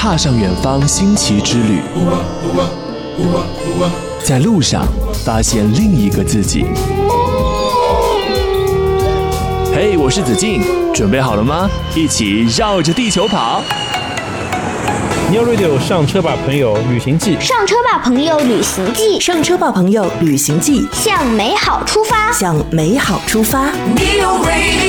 踏上远方新奇之旅，在路上发现另一个自己。嘿，我是子敬，准备好了吗？一起绕着地球跑。 New Radio 上车吧朋友旅行记， 上车吧朋友旅行记， 上车吧朋友旅行记， 向美好出发， 向美好出发。New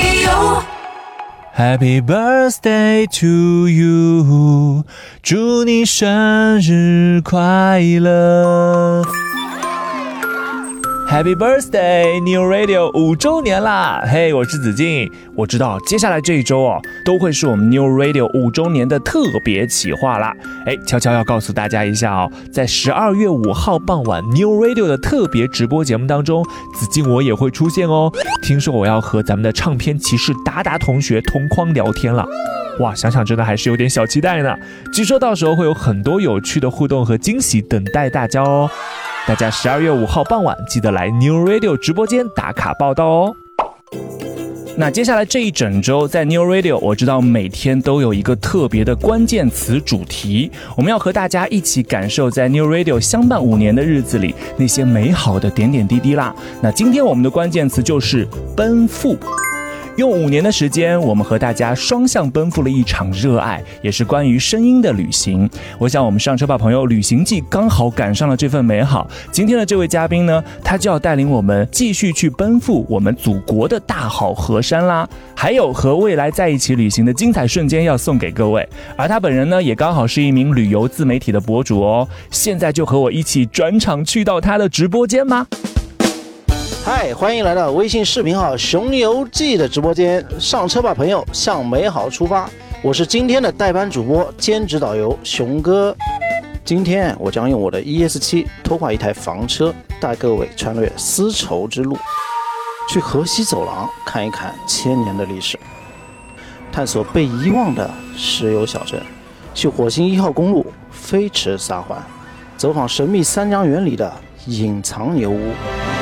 Radio。Happy birthday to you， 祝你生日快乐。Happy birthday New Radio 5周年啦！嘿，我是子敬。我知道接下来这一周都会是我们 New Radio 5周年的特别企划啦。悄悄要告诉大家一下在12月5号傍晚 New Radio 的特别直播节目当中，子敬我也会出现哦。听说我要和咱们的唱片骑士达达同学同框聊天了。哇，想想真的还是有点小期待呢。据说到时候会有很多有趣的互动和惊喜等待大家哦。大家12月5号傍晚记得来 New Radio 直播间打卡报道哦。那接下来这一整周在 New Radio， 我知道每天都有一个特别的关键词主题，我们要和大家一起感受在 New Radio 相伴5年的日子里那些美好的点点滴滴啦。那今天我们的关键词就是奔赴。用5年的时间，我们和大家双向奔赴了一场热爱，也是关于声音的旅行。我想我们上车吧朋友旅行记刚好赶上了这份美好。今天的这位嘉宾呢，他就要带领我们继续去奔赴我们祖国的大好河山啦，还有和未来在一起旅行的精彩瞬间要送给各位。而他本人呢，也刚好是一名旅游自媒体的博主哦。现在就和我一起转场去到他的直播间吗？ 嗨，欢迎来到微信视频号熊游记的直播间，上车吧朋友，向美好出发。我是今天的代班主播兼职导游熊哥。今天我将用我的 ES7 拖挂一台房车，带各位穿越丝绸之路，去河西走廊看一看1000年的历史，探索被遗忘的石油小镇，去火星1号公路飞驰撒欢，走访神秘三江源里的隐藏牛屋，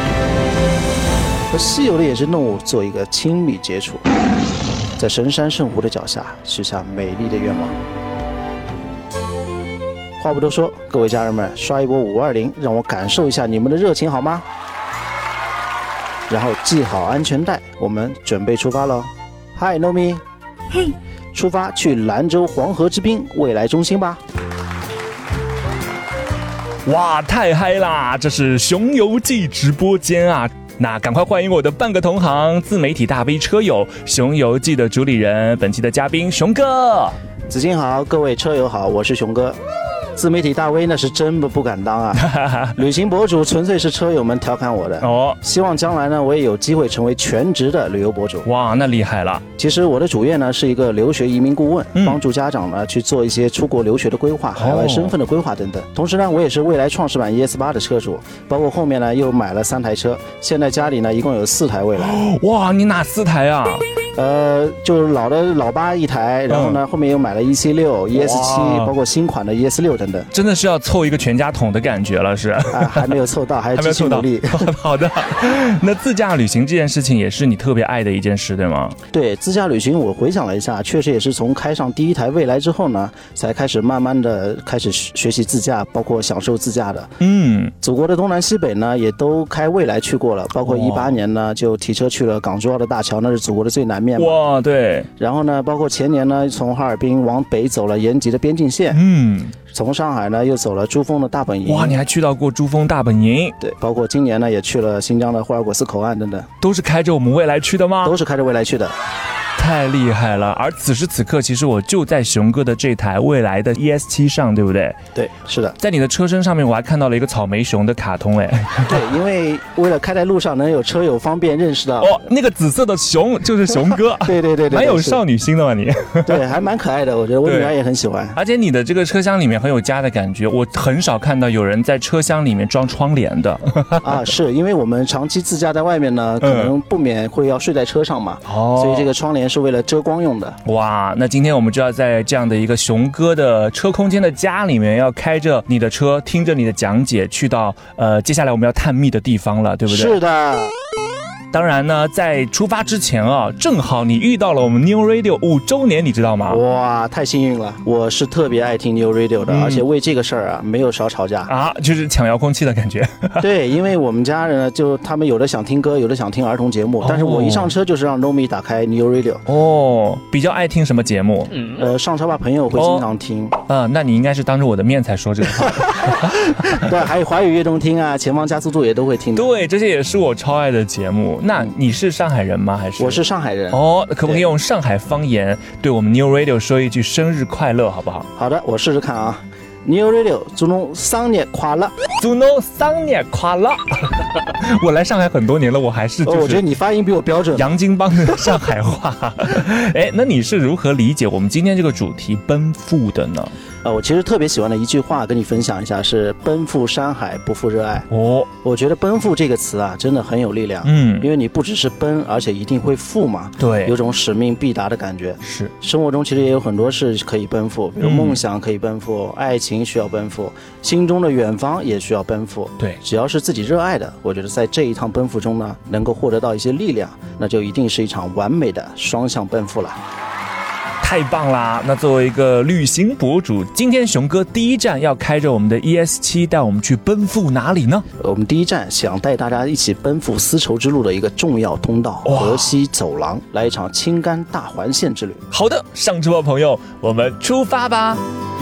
和稀有的野生动物做一个亲密接触，在神山圣湖的脚下许下美丽的愿望。话不多说，各位家人们，刷一波520，让我感受一下你们的热情好吗？然后系好安全带，我们准备出发喽。Hi Nomi， 嘿， 出发去兰州黄河之滨未来中心吧。 哇，太嗨啦！这是熊游记直播间啊。那赶快欢迎我的半个同行，自媒体大 V 车友，熊游记的主理人，本期的嘉宾熊哥。 子敬好，各位车友好，我是熊哥。自媒体大 V 那是真不敢当啊，旅行博主纯粹是车友们调侃我的哦。希望将来呢，我也有机会成为全职的旅游博主。 哇，那厉害了！ 其实我的主业呢是一个留学移民顾问，帮助家长呢去做一些出国留学的规划、海外身份的规划等等。同时呢，我也是未来创始版 ES8 的车主，包括后面呢又买了3台车，现在家里呢一共有4台未来。 哇，你哪4台啊？ 就是老的老8一台，然后呢后面又买了 EC6、ES7， 包括新款的 ES6 等等。 真的是要凑一个全家桶的感觉了，是？ 还没有凑到，还继续努力。 好的，那自驾旅行这件事情也是你特别爱的一件事，对吗？ 对，自驾旅行我回想了一下，确实也是从开上第1台蔚来之后呢，才开始慢慢的开始学习自驾，包括享受自驾的。祖国的东南西北呢，也都开蔚来去过了，包括18年呢就提车去了港珠澳的大桥，那是祖国的最南面。 哇，对。 然后呢，包括前年呢，从哈尔滨往北走了延吉的边境线。从上海呢又走了珠峰的大本营。 哇，你还去到过珠峰大本营？ 对，包括今年呢也去了新疆的霍尔果斯口岸等等。 都是开着我们蔚来去的吗？ 都是开着蔚来去的。 太厉害了！而此时此刻，其实我就在熊哥的这台蔚来的 ES7 上，对不对？ 对，是的。 在你的车身上面，我还看到了一个草莓熊的卡通，哎。 对，因为为了开在路上能有车友方便认识到。 哦，那个紫色的熊就是熊哥。 对对对对， 蛮有少女心的嘛你。 对，还蛮可爱的，我觉得我女儿也很喜欢。 而且你的这个车厢里面很有家的感觉，我很少看到有人在车厢里面装窗帘的。 啊，是因为我们长期自驾在外面呢，可能不免会要睡在车上嘛，所以这个窗帘是为了遮光用的。 哇，那今天我们就要在这样的一个熊哥的车空间的家里面，要开着你的车，听着你的讲解，去到接下来我们要探秘的地方了，对不对？ 是的。 当然呢，在出发之前啊，正好你遇到了我们 New Radio 5周年，你知道吗？ 哇，太幸运了！我是特别爱听 New Radio 的，而且为这个事儿啊，没有少吵架啊，就是抢遥控器的感觉。 对，因为我们家人呢，就他们有的想听歌，有的想听儿童节目，但是我一上车就是让 Nomi 打开 New Radio。 哦，比较爱听什么节目？ 上车吧朋友会经常听。 那你应该是当着我的面才说这个话。 对，还有华语乐动听啊，前方加速度也都会听的。 对，这些也是我超爱的节目。那你是上海人吗？还是？ 我是上海人。 哦，可不可以用上海方言对我们 New Radio 说一句生日快乐，好不好？ 好的，我试试看啊。New Radio 祝侬生日快乐， 祝侬生日快乐。我来上海很多年了，我还是我觉得你发音比我标准。 洋泾浜的上海话。哎，那你是如何理解我们今天这个主题奔赴的呢？ 我其实特别喜欢的一句话跟你分享一下，是奔赴山海不负热爱。我觉得奔赴这个词啊真的很有力量。因为你不只是奔，而且一定会赴嘛。 对， 有种使命必达的感觉。 是， 生活中其实也有很多事可以奔赴，比如梦想可以奔赴，爱情需要奔赴，心中的远方也需要奔赴。 对， 只要是自己热爱的，我觉得在这一趟奔赴中呢，能够获得到一些力量，那就一定是一场完美的双向奔赴了。 太棒啦！那作为一个旅行博主，今天熊哥第一站要开着我们的 ES7带我们去奔赴哪里呢？ 我们第一站想带大家一起奔赴丝绸之路的一个重要通道河西走廊，来一场青甘大环线之旅。 好的，上车吧朋友，我们出发吧。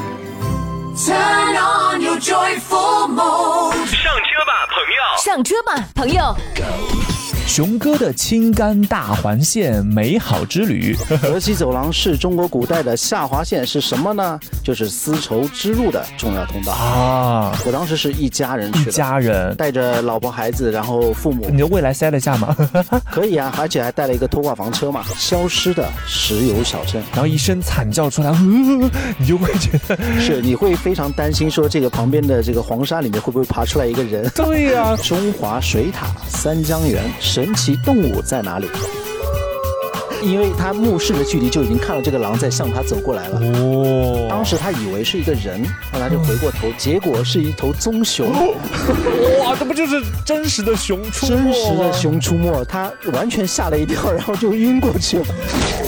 Turn on your joyful mode. 上车吧朋友， 上车吧朋友。 熊哥的青甘大环线美好之旅。 河西走廊是中国古代的下划线，是什么呢？就是丝绸之路的重要通道啊！我当时是一家人去的， 一家人带着老婆孩子，然后父母。 你的未来塞得下吗？ 可以啊，而且还带了一个拖挂房车嘛。消失的石油小镇， 然后一声惨叫出来，你就会觉得是，你会非常担心说这个旁边的这个黄沙里面会不会爬出来一个人？ 对呀、啊， 中华水塔、三江源。神奇动物在哪里？因为他目视的距离就已经看到这个狼在向他走过来了。当时他以为是一个人，后来就回过头，结果是一头棕熊。 哇，这不就是真实的熊出没吗？ 真实的熊出没，他完全吓了一跳，然后就晕过去了。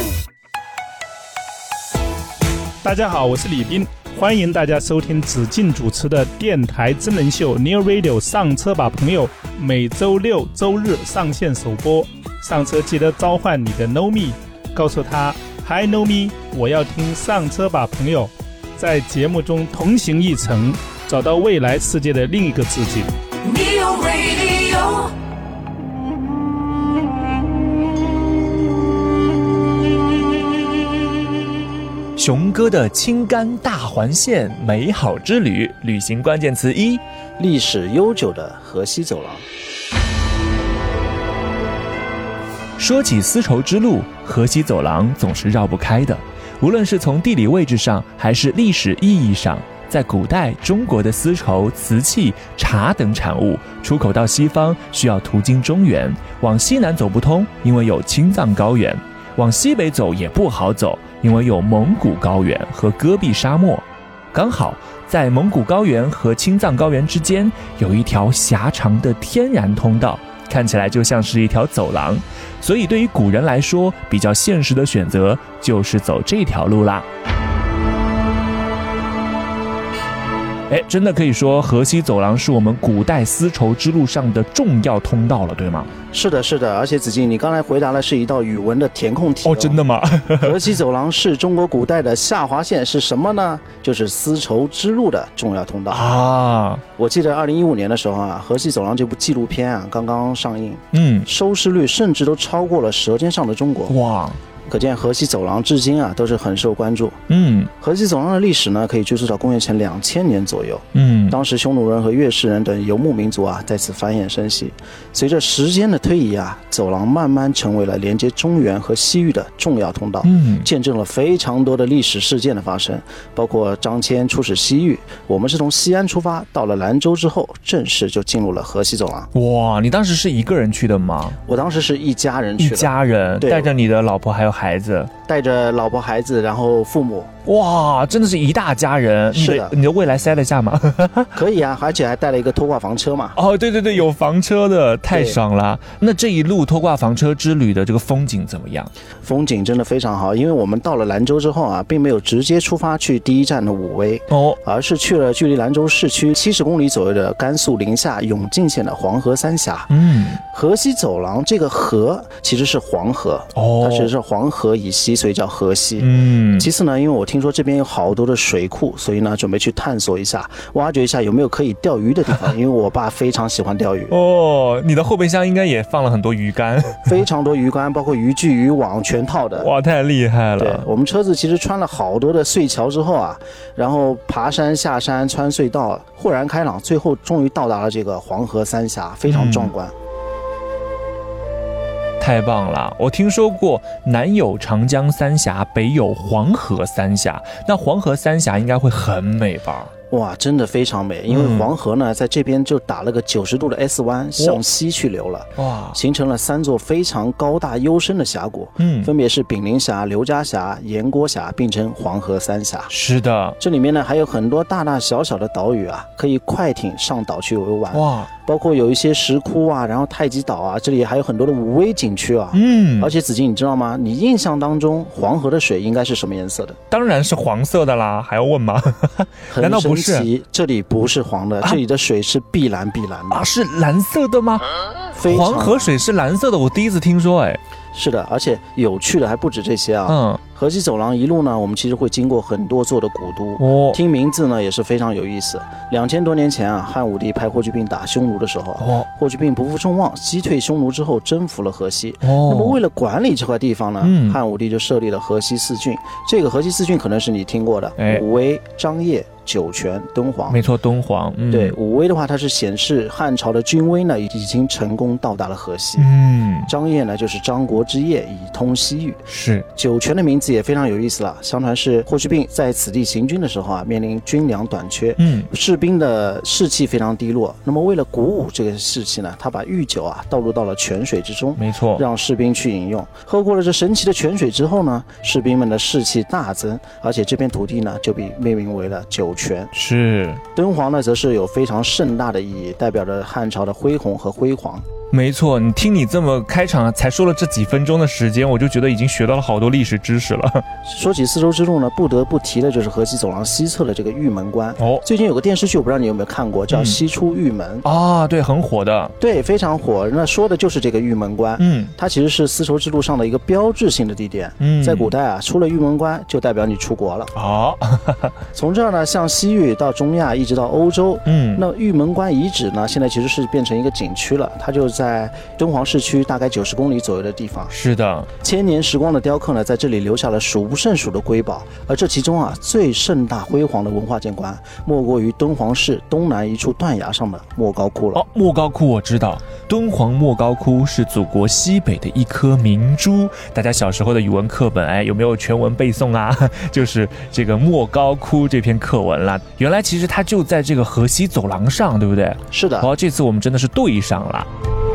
大家好，我是李斌，欢迎大家收听子敬主持的电台真人秀 New Radio 上车吧朋友，每周六周日上线首播。上车记得召唤你的 Nomi， 告诉他 Hi Nomi， 我要听上车吧朋友，在节目中同行一程，找到未来世界的另一个自己。 New Radio。 熊哥的青甘大环线美好之旅，旅行关键词1： 历史悠久的河西走廊。 说起丝绸之路，河西走廊总是绕不开的。无论是从地理位置上，还是历史意义上，在古代中国的丝绸、瓷器、茶等产物出口到西方需要途经中原，往西南走不通，因为有青藏高原；往西北走也不好走，因为有蒙古高原和戈壁沙漠。刚好在蒙古高原和青藏高原之间有一条狭长的天然通道，看起来就像是一条走廊，所以对于古人来说，比较现实的选择就是走这条路啦。真的可以说河西走廊是我们古代丝绸之路上的重要通道了，对吗？ 是的，是的，而且子敬，你刚才回答的是一道语文的填空题。 真的吗？ 河西走廊是中国古代的下划线，是什么呢？就是丝绸之路的重要通道啊！我记得2015年的时候啊，河西走廊这部纪录片啊刚刚上映，收视率甚至都超过了《舌尖上的中国》。哇！可见河西走廊至今啊都是很受关注。河西走廊的历史呢，可以追溯到公元前2000年左右。当时匈奴人和月氏人等游牧民族啊在此繁衍生息。随着时间的推移啊，走廊慢慢成为了连接中原和西域的重要通道。见证了非常多的历史事件的发生，包括张骞出使西域，我们是从西安出发，到了兰州之后，正式就进入了河西走廊。 哇，你当时是一个人去的吗？ 我当时是一家人去的。 一家人带着你的老婆还有孩子， 带着老婆孩子，然后父母。 哇，真的是一大家人。 是的， 你的未来塞得下吗？ 可以啊，而且还带了一个拖挂房车嘛。 哦，对对对，有房车的，太爽了。那这一路拖挂房车之旅的这个风景怎么样？ 风景真的非常好，因为我们到了兰州之后啊，并没有直接出发去第一站的武威而是去了距离兰州市区70公里左右的甘肃临夏永靖县的黄河三峡。河西走廊这个河其实是黄河它其实是黄河以西，所以叫河西。其次呢，因为我听说这边有好多的水库，所以呢准备去探索一下，挖掘一下有没有可以钓鱼的地方，因为我爸非常喜欢钓鱼。 你的后备箱应该也放了很多鱼竿， 非常多鱼竿，包括渔具、渔网全套的。 哇，太厉害了！ 对，我们车子其实穿了好多的隧桥之后啊，然后爬山下山穿隧道，豁然开朗，最后终于到达了这个黄河三峡，非常壮观。 太棒了！我听说过南有长江三峡，北有黄河三峡，那黄河三峡应该会很美吧？ 哇，真的非常美，因为黄河呢在这边就打了个90度的 S 弯，向西去流了，哇，形成了3座非常高大幽深的峡谷，分别是丙陵峡、刘家峡、盐锅峡，并称黄河三峡。 是的， 这里面呢还有很多大大小小的岛屿啊，可以快艇上岛去游玩。哇，包括有一些石窟啊，然后太极岛啊，这里还有很多的武威景区啊。而且子金，你知道吗？你印象当中黄河的水应该是什么颜色的？ 当然是黄色的啦，还要问吗？难道不是？ 这里不是黄的，这里的水是碧蓝的啊，是蓝色的吗？黄河水是蓝色的，我第一次听说。 是的，而且有趣的还不止这些啊。河西走廊一路呢，我们其实会经过很多座的古都，听名字呢也是非常有意思。2000多年前啊，汉武帝派霍去病打匈奴的时候，霍去病不负众望，击退匈奴之后征服了河西。那么为了管理这块地方呢，汉武帝就设立了河西4郡。这个河西4郡可能是你听过的，武威、张掖、酒泉、敦煌。 没错，敦煌。 对，武威的话，它是显示汉朝的军威呢已经成功到达了河西。张掖呢就是张国之业，以通西域。 是。 酒泉的名字也非常有意思了，相传是霍去病在此地行军的时候啊，面临军粮短缺，士兵的士气非常低落。那么为了鼓舞这个士气呢，他把御酒啊倒入到了泉水之中， 没错， 让士兵去饮用。喝过了这神奇的泉水之后呢，士兵们的士气大增，而且这片土地呢就被命名为了酒泉。 是。 敦煌呢则是有非常盛大的意义，代表着汉朝的恢弘和辉煌。 没错，你听你这么开场才说了这几分钟的时间，我就觉得已经学到了好多历史知识了。 说起丝绸之路呢，不得不提的就是河西走廊西侧的这个玉门关。最近有个电视剧，我不知道你有没有看过，叫《西出玉门》 啊，对，很火的， 对，非常火。那说的就是这个玉门关，它其实是丝绸之路上的一个标志性的地点。在古代啊，出了玉门关就代表你出国了。从这儿呢，向西域到中亚，一直到欧洲。那玉门关遗址呢，现在其实是变成一个景区了，它就在敦煌市区大概90公里左右的地方。 是的， 千年时光的雕刻呢，在这里留下了数不胜数的瑰宝。而这其中啊，最盛大辉煌的文化景观，莫过于敦煌市东南一处断崖上的莫高窟了。 莫高窟我知道，敦煌莫高窟是祖国西北的一颗明珠。大家小时候的语文课本，有没有全文背诵啊？就是这个莫高窟这篇课文啦。原来其实它就在这个河西走廊上，对不对？ 是的。 这次我们真的是对上了。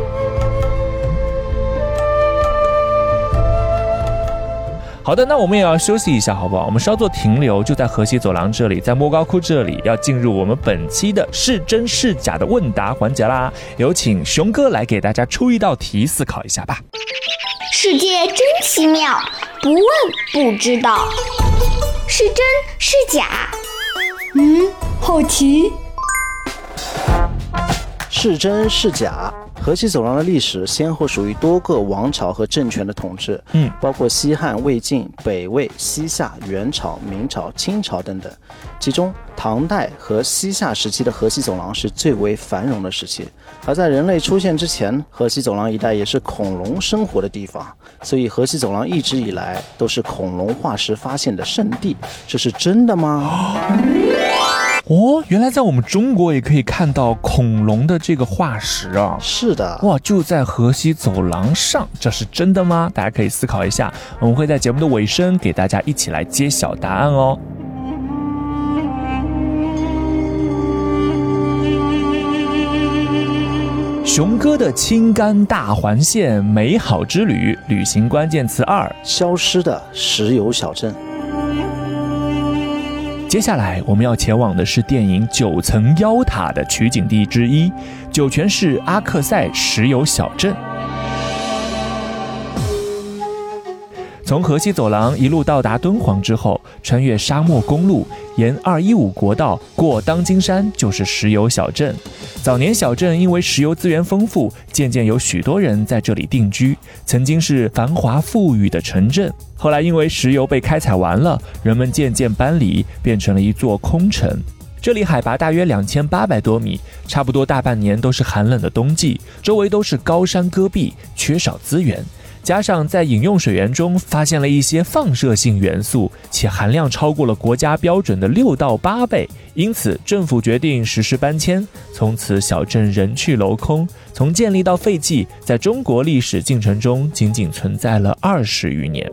好的，那我们也要休息一下，好不好？我们稍作停留，就在河西走廊这里，在莫高窟这里，要进入我们本期的是真是假的问答环节啦。有请熊哥来给大家出一道题，思考一下吧。 世界真奇妙，不问不知道，是真是假？好奇。 是真是假？河西走廊的历史先后属于多个王朝和政权的统治，包括西汉、魏晋、北魏、西夏、元朝、明朝、清朝等等。其中唐代和西夏时期的河西走廊是最为繁荣的时期。而在人类出现之前，河西走廊一带也是恐龙生活的地方，所以河西走廊一直以来都是恐龙化石发现的圣地。这是真的吗？ 原来在我们中国也可以看到恐龙的这个化石啊！ 是的， 哇，就在河西走廊上，这是真的吗？大家可以思考一下，我们会在节目的尾声给大家一起来揭晓答案哦。熊哥的青甘大环线美好之旅，旅行关键词2： 消失的石油小镇。 接下来我们要前往的是电影《九层妖塔》的取景地之一——酒泉市阿克塞石油小镇。从河西走廊一路到达敦煌之后，穿越沙漠公路，沿215国道过当金山，就是石油小镇。早年小镇因为石油资源丰富，渐渐有许多人在这里定居，曾经是繁华富裕的城镇。后来因为石油被开采完了，人们渐渐搬离，变成了一座空城。这里海拔大约2800多米，差不多大半年都是寒冷的冬季，周围都是高山戈壁，缺少资源。加上在饮用水源中发现了一些放射性元素，且含量超过了国家标准的6到8倍，因此政府决定实施搬迁。从此小镇人去楼空，从建立到废弃，在中国历史进程中仅仅存在了20余年。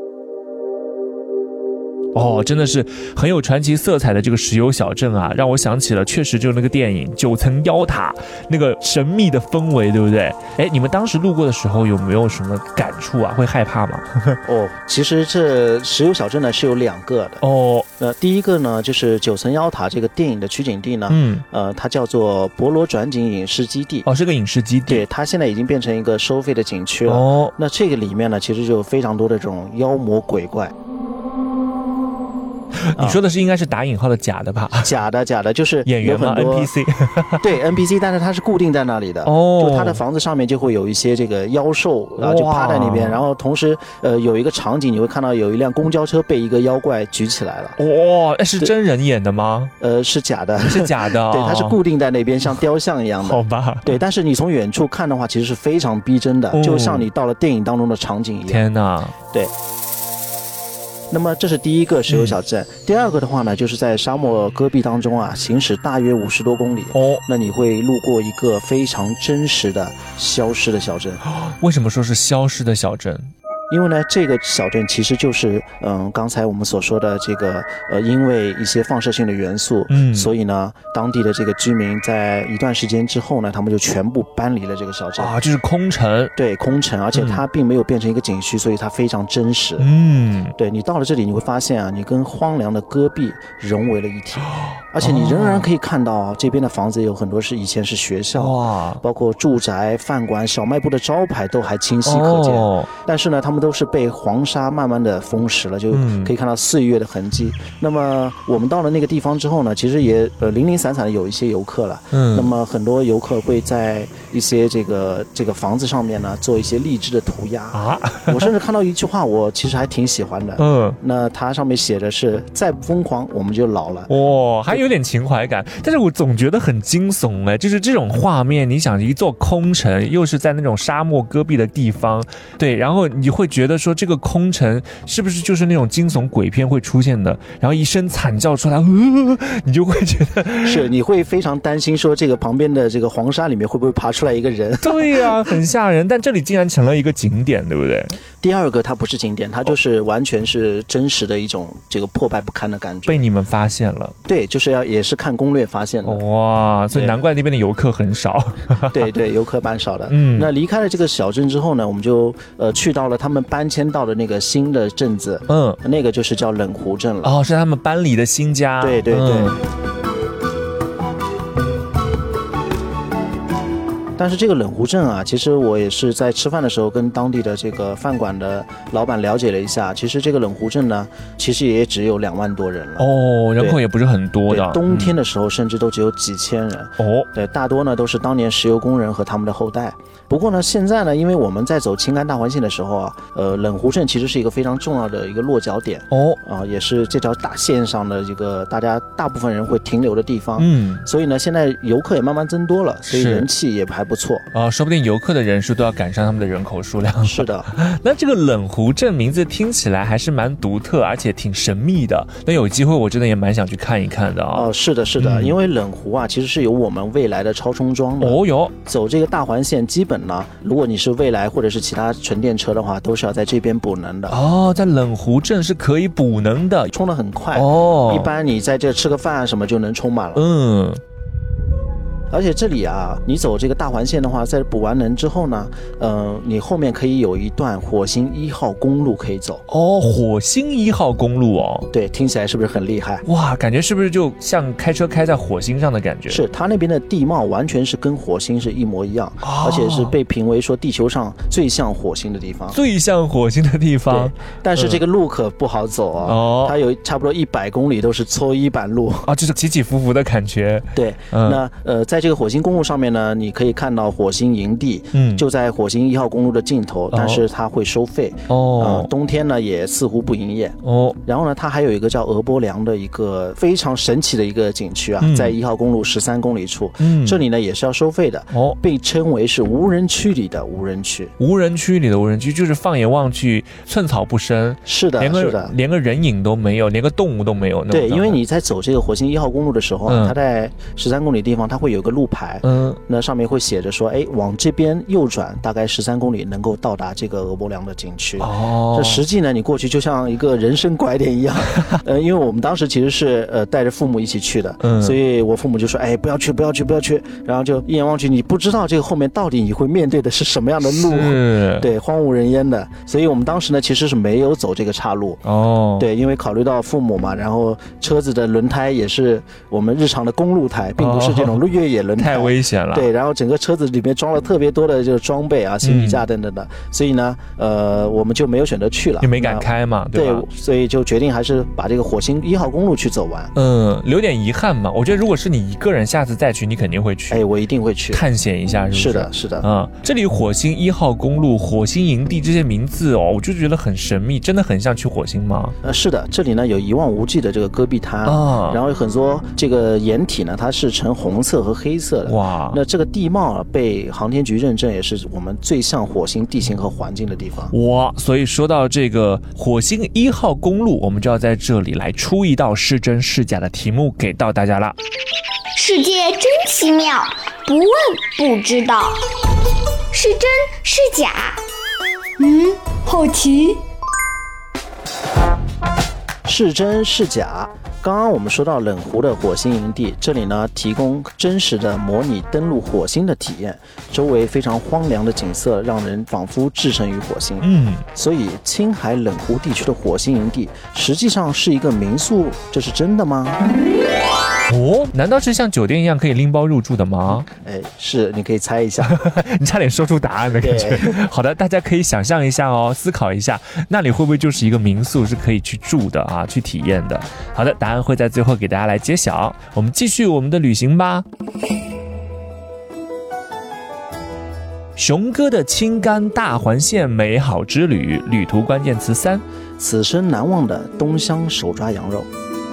真的是很有传奇色彩的这个石油小镇啊，让我想起了确实就那个电影《九层妖塔》那个神秘的氛围，对不对？你们当时路过的时候有没有什么感触啊？会害怕吗？ 其实这石油小镇呢是有2个的。第一个呢就是九层妖塔这个电影的取景地呢，它叫做博罗转景影视基地。 是个影视基地。 对，它现在已经变成一个收费的景区了。那这个里面呢，其实就有非常多的这种妖魔鬼怪。 你说的是应该是打引号的假的吧？ 假的，就是演员吗 ？NPC 对 NPC， 但是它是固定在那里的。就它的房子上面就会有一些这个妖兽，然后就趴在那边。然后同时有一个场景，你会看到有一辆公交车被一个妖怪举起来了。 是真人演的吗？ 是假的， 是假的。 对，它是固定在那边，像雕像一样的。 好吧。 对，但是你从远处看的话，其实是非常逼真的，就像你到了电影当中的场景一样。 天哪！ 对。那么这是第一个石油小镇。第二个的话呢，就是在沙漠戈壁当中啊，行驶大约50多公里。那你会路过一个非常真实的消失的小镇。 为什么说是消失的小镇？ 因为呢，这个小镇其实就是刚才我们所说的这个因为一些放射性的元素，所以呢，当地的这个居民在一段时间之后呢，他们就全部搬离了这个小镇。 这是空城。 对，空城，而且它并没有变成一个景区，所以它非常真实。对，你到了这里，你会发现啊，你跟荒凉的戈壁融为了一体，而且你仍然可以看到这边的房子有很多是以前是学校，包括住宅、饭馆、小卖部的招牌都还清晰可见。但是呢，他们都是被黄沙慢慢的封蚀了，就可以看到岁月的痕迹。那么我们到了那个地方之后呢，其实也零零散散的有一些游客了。那么很多游客会在一些这个房子上面呢做一些励志的涂鸦。我甚至看到一句话，我其实还挺喜欢的。那它上面写的是“再不疯狂，我们就老了”。 还有点情怀感，但是我总觉得很惊悚就是这种画面，你想一座空城，又是在那种沙漠戈壁的地方，对，然后你会觉得说这个空城是不是就是那种惊悚鬼片会出现的，然后一声惨叫出来，你就会觉得是，你会非常担心说这个旁边的这个黄沙里面会不会爬出来一个人。 对啊，很吓人。但这里竟然成了一个景点，对不对？ 第二个它不是景点，它就是完全是真实的一种这个破败不堪的感觉。 被你们发现了。 对，就是也是看攻略发现的。 所以难怪那边的游客很少。 对，游客蛮少的。那离开了这个小镇之后呢，我们就去到了他们搬迁到的那个新的镇子。那个就是叫冷湖镇了。 是他们搬离的新家。 对。但是这个冷湖镇啊，其实我也是在吃饭的时候跟当地的这个饭馆的老板了解了一下，其实这个冷湖镇呢，其实也只有2万多人了。 人口也不是很多的。 冬天的时候甚至都只有几千人。对，大多呢都是当年石油工人和他们的后代。不过呢，现在呢，因为我们在走青甘大环线的时候啊，冷湖镇其实是一个非常重要的一个落脚点。也是这条大线上的一个大家大部分人会停留的地方。所以呢，现在游客也慢慢增多了，所以人气也还不错。 说不定游客的人数都要赶上他们的人口数量。 是的。 那这个冷湖镇名字听起来还是蛮独特，而且挺神秘的。那有机会我真的也蛮想去看一看的啊。 是的，因为冷湖啊，其实是有我们未来的超充桩的。走这个大环线基本呢，如果你是蔚来或者是其他纯电车的话，都是要在这边补能的。 在冷湖镇是可以补能的， 充得很快。一般你在这吃个饭什么就能充满了。 而且这里啊，你走这个大环线的话，在补完能之后呢，你后面可以有一段火星1号公路可以走。 哦，火星1号公路哦。 对，听起来是不是很厉害？ 哇，感觉是不是就像开车开在火星上的感觉？ 是，它那边的地貌完全是跟火星是一模一样，而且是被评为说地球上最像火星的地方。 最像火星的地方。 但是这个路可不好走啊，它有差不多100公里都是搓衣板路啊，就是起起伏伏的感觉。 对，那在这个火星公路上面呢，你可以看到火星营地，就在火星1号公路的尽头，但是它会收费冬天呢也似乎不营业然后呢，它还有一个叫俄伯良的一个非常神奇的一个景区啊，在1号公路13公里处，这里呢也是要收费的被称为是无人区里的无人区。 无人区里的无人区，就是放眼望去寸草不生， 是的， 连个人影都没有，连个动物都没有。 对，因为你在走这个火星1号公路的时候它在13公里地方，它会有个路牌，那上面会写着说，往这边右转大概13公里能够到达这个俄伯良的景区。这实际呢，你过去就像一个人生拐点一样。因为我们当时其实是带着父母一起去的，所以我父母就说，不要去，不要去，不要去。然后就一眼望去，你不知道这个后面到底你会面对的是什么样的路，对，荒无人烟的。所以我们当时呢，其实是没有走这个岔路。对，因为考虑到父母嘛，然后车子的轮胎也是我们日常的公路胎，并不是这种越野轮胎， 太危险了。 对，然后整个车子里面装了特别多的这个装备啊、行李架等等的，所以呢，我们就没有选择去了， 就没敢开嘛，对吧？ 对，所以就决定还是把这个火星1号公路去走完。 留点遗憾嘛。我觉得如果是你一个人下次再去，你肯定会去。 我一定会去探险一下，是不是？ 是的，是的。 这里火星1号公路、火星营地这些名字我就觉得很神秘，真的很像去火星吗？ 是的，这里呢有一望无际的这个戈壁滩然后有很多这个岩体呢，它是呈红色和黑色的。哇，那这个地貌被航天局认证，也是我们最像火星地形和环境的地方。 哇，所以说到这个火星1号公路，我们就要在这里来出一道是真是假的题目给到大家了。 世界真奇妙，不问不知道，是真是假？好奇。 是真是假？刚刚我们说到冷湖的火星营地，这里呢提供真实的模拟登陆火星的体验，周围非常荒凉的景色，让人仿佛置身于火星。所以青海冷湖地区的火星营地实际上是一个民宿，这是真的吗？ 难道是像酒店一样可以拎包入住的吗？ 是，你可以猜一下。 你差点说出答案的感觉。好的，大家可以想象一下思考一下，那里会不会就是一个民宿，是可以去住的啊，去体验的。好的，答案会在最后给大家来揭晓。我们继续我们的旅行吧。熊哥的青甘大环线美好之旅，旅途关键词3： 此生难忘的东乡手抓羊肉。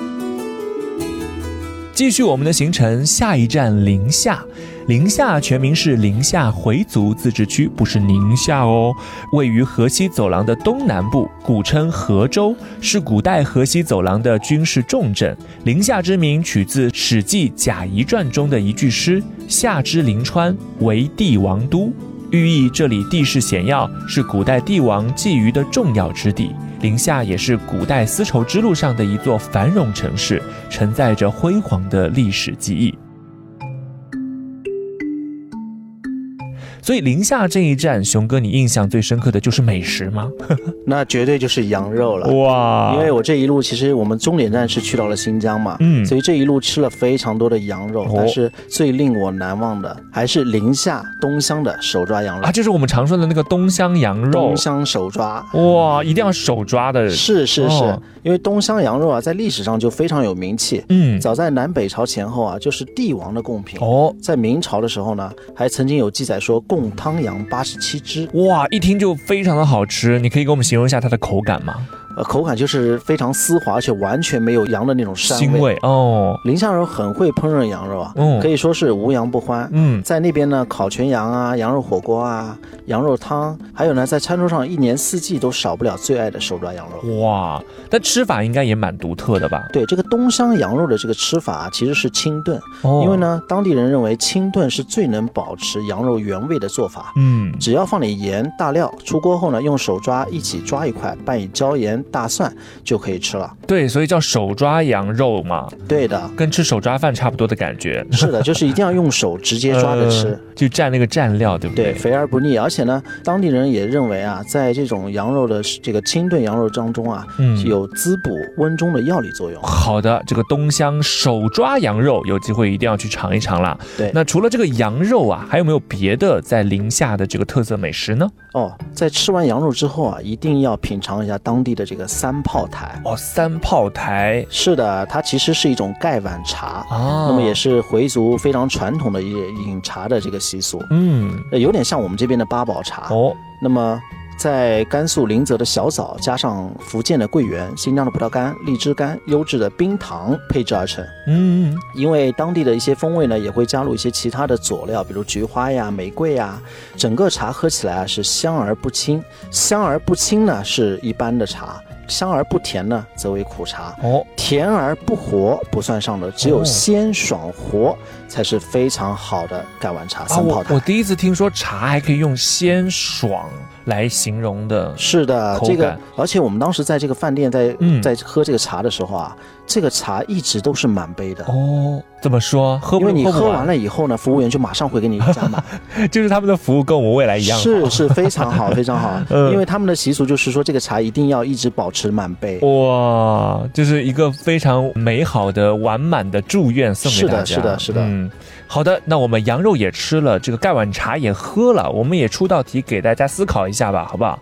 继续我们的行程，下一站临夏。临夏全名是临夏回族自治区，不是宁夏哦。位于河西走廊的东南部，古称河州，是古代河西走廊的军事重镇。临夏之名取自《史记·贾谊传》中的一句诗：“夏之临川，为帝王都”，寓意这里地势险要，是古代帝王觊觎的重要之地。临夏也是古代丝绸之路上的一座繁荣城市，承载着辉煌的历史记忆。所以临夏这一站，熊哥，你印象最深刻的就是美食吗？ 那绝对就是羊肉了。 哇！ 因为我这一路其实我们终点站是去到了新疆嘛，所以这一路吃了非常多的羊肉，但是最令我难忘的还是临夏东乡的手抓羊肉就是我们常说的那个东乡羊肉。 东乡手抓， 哇，一定要手抓的。 是，因为东乡羊肉在历史上就非常有名气。早在南北朝前后就是帝王的贡品。在明朝的时候呢，还曾经有记载说贡汤羊87只。 哇，一听就非常的好吃，你可以给我们形容一下它的口感吗？ 口感就是非常丝滑，而且完全没有羊的那种膻味。临夏人很会烹饪羊肉可以说是无羊不欢。在那边呢，烤全羊啊、羊肉火锅啊、羊肉汤，还有呢，在餐桌上一年四季都少不了最爱的手抓羊肉。 哇，但吃法应该也蛮独特的吧？ 对，这个东乡羊肉的这个吃法其实是清炖，因为呢，当地人认为清炖是最能保持羊肉原味的做法。只要放点盐、大料，出锅后呢，用手抓一起抓一块，拌以椒盐、 大蒜就可以吃了。 对，所以叫手抓羊肉嘛。 对的， 跟吃手抓饭差不多的感觉。 是的，就是一定要用手直接抓着吃， 就蘸那个蘸料，对不对？ 对，肥而不腻。而且呢，当地人也认为啊，在这种羊肉的这个清炖羊肉当中啊，有滋补温中的药理作用。 好的，这个东乡手抓羊肉有机会一定要去尝一尝啦。 对， 那除了这个羊肉啊，还有没有别的在宁夏的这个特色美食呢？ 在吃完羊肉之后啊，一定要品尝一下当地的这个三炮台。 三炮台， 是的，它其实是一种盖碗茶那么也是回族非常传统的饮茶的这个习俗。有点像我们这边的八宝茶。那么在甘肃临泽的小枣加上福建的桂圆、新疆的葡萄干、荔枝干、优质的冰糖配制而成。因为当地的一些风味呢，也会加入一些其他的佐料，比如菊花呀、玫瑰呀，整个茶喝起来啊是香而不清。香而不清呢是一般的茶，香而不甜呢则为苦茶。甜而不活不算上的，只有鲜爽活才是非常好的盖碗茶。三炮台， 我第一次听说茶还可以用鲜爽来形容的。 是的，这个而且我们当时在这个饭店在喝这个茶的时候啊，这个茶一直都是满杯的。 怎么说？ 因为你喝完了以后呢，服务员就马上会给你加满。 就是他们的服务跟我们未来一样好。 是非常好，非常好。因为他们的习俗就是说，这个茶一定要一直保持满杯。 哇，就是一个非常美好的完满的祝愿送给大家。 是的。 好的，那我们羊肉也吃了，这个盖碗茶也喝了，我们也出道题给大家思考一下吧，好不好？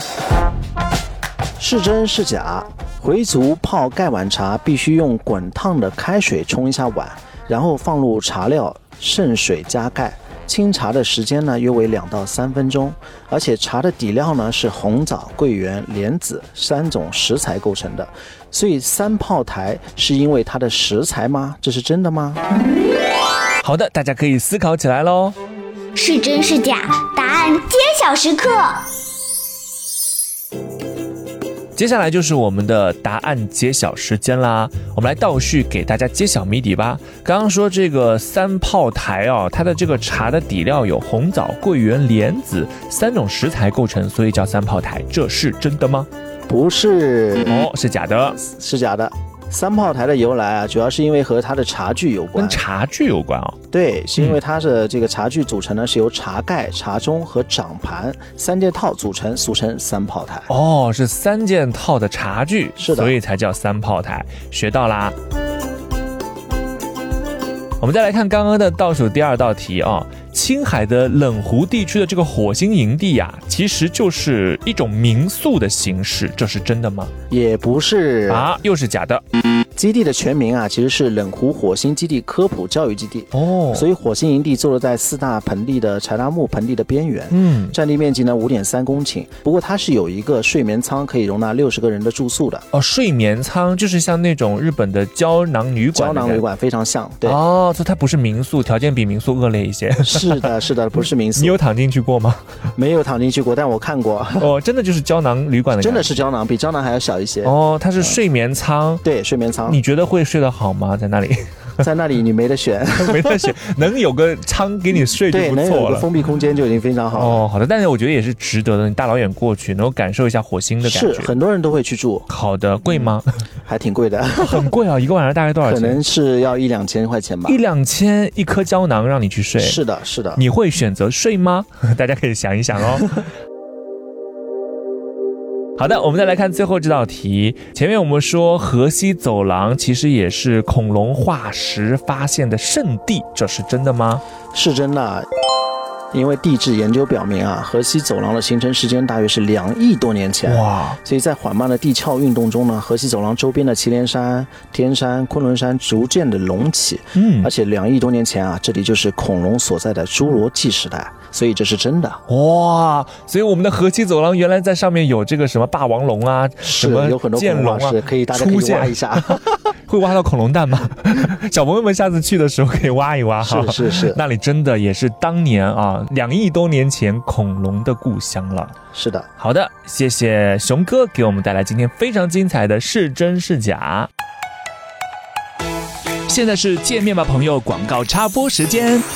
是真是假？回族泡盖碗茶必须用滚烫的开水冲一下碗，然后放入茶料，渗水加盖。清茶的时间呢约为2到3分钟，而且茶的底料呢是红枣、桂圆、莲子3种食材构成的，所以三炮台是因为它的食材吗？这是真的吗？ 好的，大家可以思考起来咯。 是真是假？答案揭晓时刻。 接下来就是我们的答案揭晓时间啦，我们来倒叙给大家揭晓谜底吧。刚刚说这个三炮台它的这个茶的底料有红枣、桂圆、莲子3种食材构成，所以叫三炮台，这是真的吗？ 不是。 是假的。 是假的。三炮台的由来啊，主要是因为和它的茶具有关。 跟茶具有关对，是因为它的这个茶具组成呢是由茶盖、茶盅和掌盘3件套组成，俗称三炮台。 是3件套的茶具， 是的， 所以才叫三炮台，学到啦。我们再来看刚刚的倒数第2道题青海的冷湖地区的这个火星营地其实就是一种民宿的形式，这是真的吗？ 也不是又是假的。 基地的全名其实是冷湖火星基地科普教育基地。所以火星营地坐落在4大盆地的柴达木盆地的边缘。占地面积呢5.3公顷。不过它是有一个睡眠舱，可以容纳60个人的住宿的。 睡眠舱就是像那种日本的胶囊旅馆。 胶囊旅馆非常像。对。 所以它不是民宿，条件比民宿恶劣一些。 是的，不是民宿。 你有躺进去过吗？ 没有躺进去过，但我看过。 真的就是胶囊旅馆的感觉。 真的是胶囊，比胶囊还要小一些。 它是睡眠舱。 对，睡眠舱。 你觉得会睡得好吗？在那里？ 在那里你没得选。 没得选，能有个舱给你睡就不错了。 对，能有个封闭空间就已经非常好了。 好的，但是我觉得也是值得的，你大老远过去能够感受一下火星的感觉。 是，很多人都会去住。 好的，贵吗？ 还挺贵的。很贵一个晚上大概多少钱？ 可能是要1-2千块钱吧。 1-2千一颗胶囊让你去睡。 是的。 你会选择睡吗？大家可以想一想好的，我们再来看最后这道题。前面我们说河西走廊其实也是恐龙化石发现的圣地，这是真的吗？ 是真的。因为地质研究表明河西走廊的形成时间大约是2亿多年前。所以在缓慢的地壳运动中呢，河西走廊周边的祁连山、天山、昆仑山逐渐的隆起。而且2亿多年前这里就是恐龙所在的侏罗纪时代，所以这是真的。 所以我们的河西走廊原来在上面有这个什么霸王龙什么有很多剑龙大家可以挖一下。 会挖到恐龙蛋吗？小朋友们下次去的时候可以挖一挖。 是， 那里真的也是当年2亿多年前恐龙的故乡了。 是的。 好的，谢谢熊哥给我们带来今天非常精彩的是真是假。现在是见面吧朋友广告插播时间。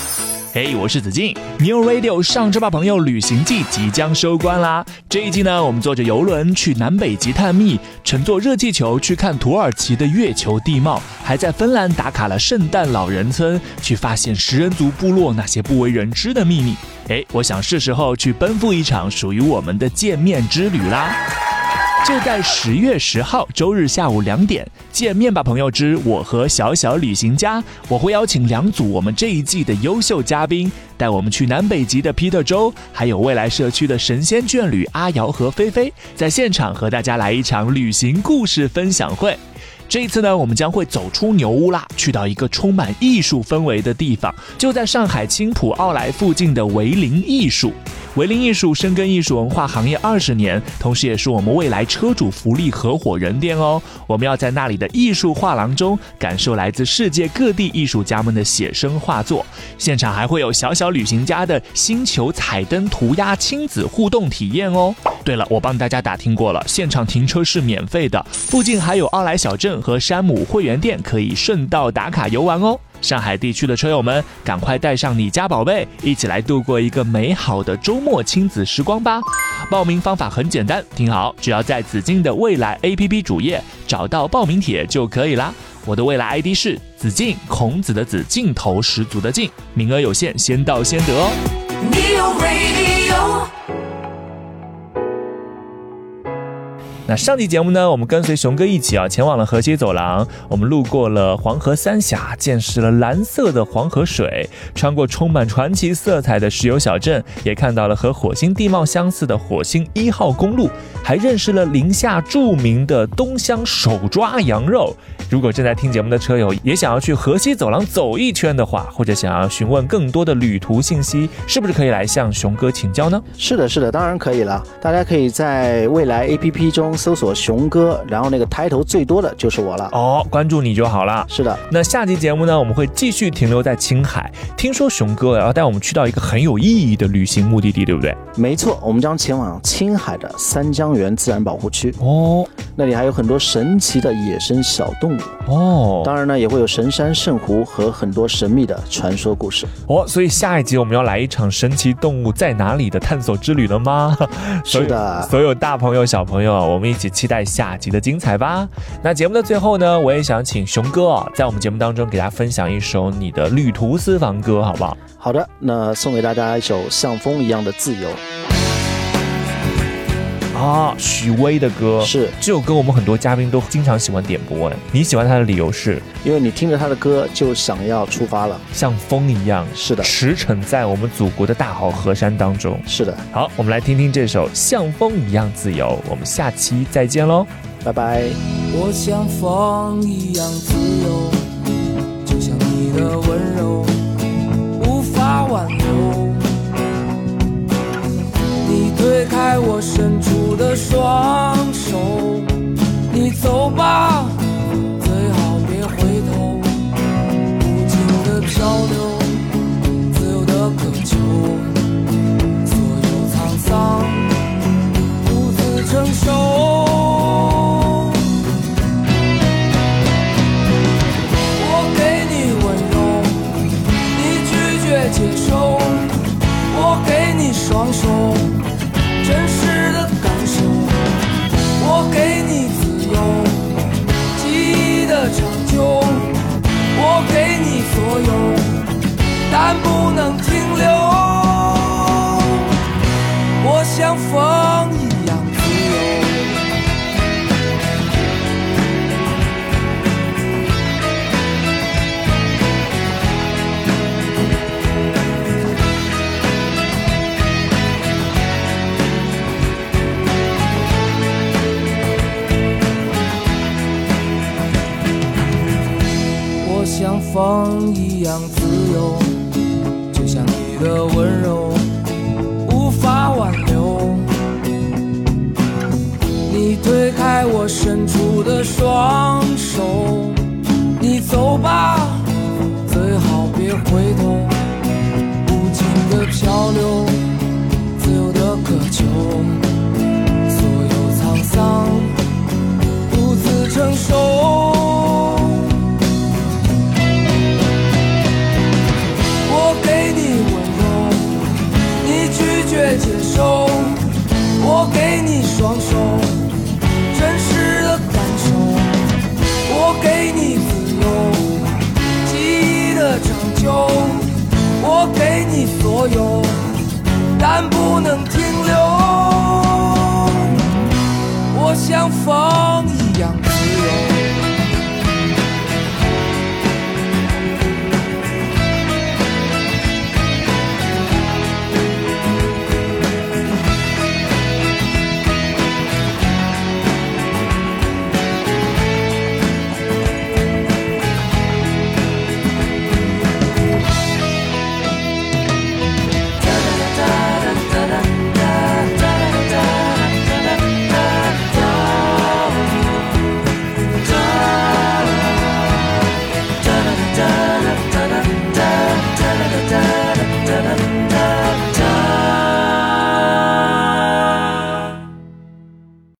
嘿，我是子敬。New Radio 上车吧朋友旅行季即将收官啦！这一季呢，我们坐着游轮去南北极探秘，乘坐热气球去看土耳其的月球地貌，还在芬兰打卡了圣诞老人村，去发现食人族部落那些不为人知的秘密。我想是时候去奔赴一场属于我们的见面之旅啦！就在10月10号周日下午2点，见面吧朋友之我和小小旅行家，我会邀请2组我们这一季的优秀嘉宾，带我们去南北极的皮特州，还有未来社区的神仙眷侣阿瑶和菲菲，在现场和大家来一场旅行故事分享会。这一次呢，我们将会走出牛屋啦，去到一个充满艺术氛围的地方，就在上海青浦奥莱附近的维林艺术。维林艺术深耕艺术文化行业20年，同时也是我们未来车主福利合伙人店哦。我们要在那里的艺术画廊中感受来自世界各地艺术家们的写生画作，现场还会有小小旅行家的星球彩灯涂鸦亲子互动体验哦。对了，我帮大家打听过了，现场停车是免费的，附近还有奥莱小镇和山姆会员店可以顺道打卡游玩哦。上海地区的车友们，赶快带上你家宝贝，一起来度过一个美好的周末亲子时光吧！报名方法很简单，听好，只要在子敬的未来 APP 主页找到报名帖就可以啦。我的未来 ID 是子敬，孔子的子，劲头十足的劲，名额有限，先到先得哦。 Neo Radio。 那上期节目呢，我们跟随熊哥一起前往了河西走廊，我们路过了黄河三峡，见识了蓝色的黄河水，穿过充满传奇色彩的石油小镇，也看到了和火星地貌相似的火星1号公路，还认识了宁夏著名的东乡手抓羊肉。如果正在听节目的车友也想要去河西走廊走一圈的话，或者想要询问更多的旅途信息，是不是可以来向熊哥请教呢？ 是的，当然可以了。大家可以在未来 APP 中搜索熊哥，然后那个抬头最多的就是我了哦，关注你就好了。 是的， 那下期节目呢，我们会继续停留在青海。听说熊哥要带我们去到一个很有意义的旅行目的地，对不对？ 没错，我们将前往青海的三江源自然保护区哦， 那里还有很多神奇的野生小动物哦， 当然呢，也会有神山圣湖和很多神秘的传说故事哦。所以下一集我们要来一场神奇动物在哪里的探索之旅了吗？ 是的， 所有大朋友小朋友，我们一起期待下集的精彩吧。那节目的最后呢，我也想请熊哥在我们节目当中给大家分享一首你的旅途私房歌，好不好？ 好的，那送给大家一首像风一样的自由啊，许巍的歌是这首歌，我们很多嘉宾都经常喜欢点播。你喜欢他的理由是？ 因为你听着他的歌就想要出发了， 像风一样， 是的， 驰骋在我们祖国的大好河山当中。 是的， 好，我们来听听这首《像风一样自由》，我们下期再见喽， 拜拜。 我像风一样自由，就像你的温柔无法挽留。你推开我伸出的双手，你走吧，最好别回头。无尽的漂流，自由的渴求，所有沧桑独自承受。我给你温柔，你拒绝接受。我给你双手，真实的感受，我给你自由，记忆的长久，我给你所有，但不能停留。我像风一样自由。像风一样自由，就像你的温柔无法挽留。你推开我伸出的双手，你走吧，最好别回头。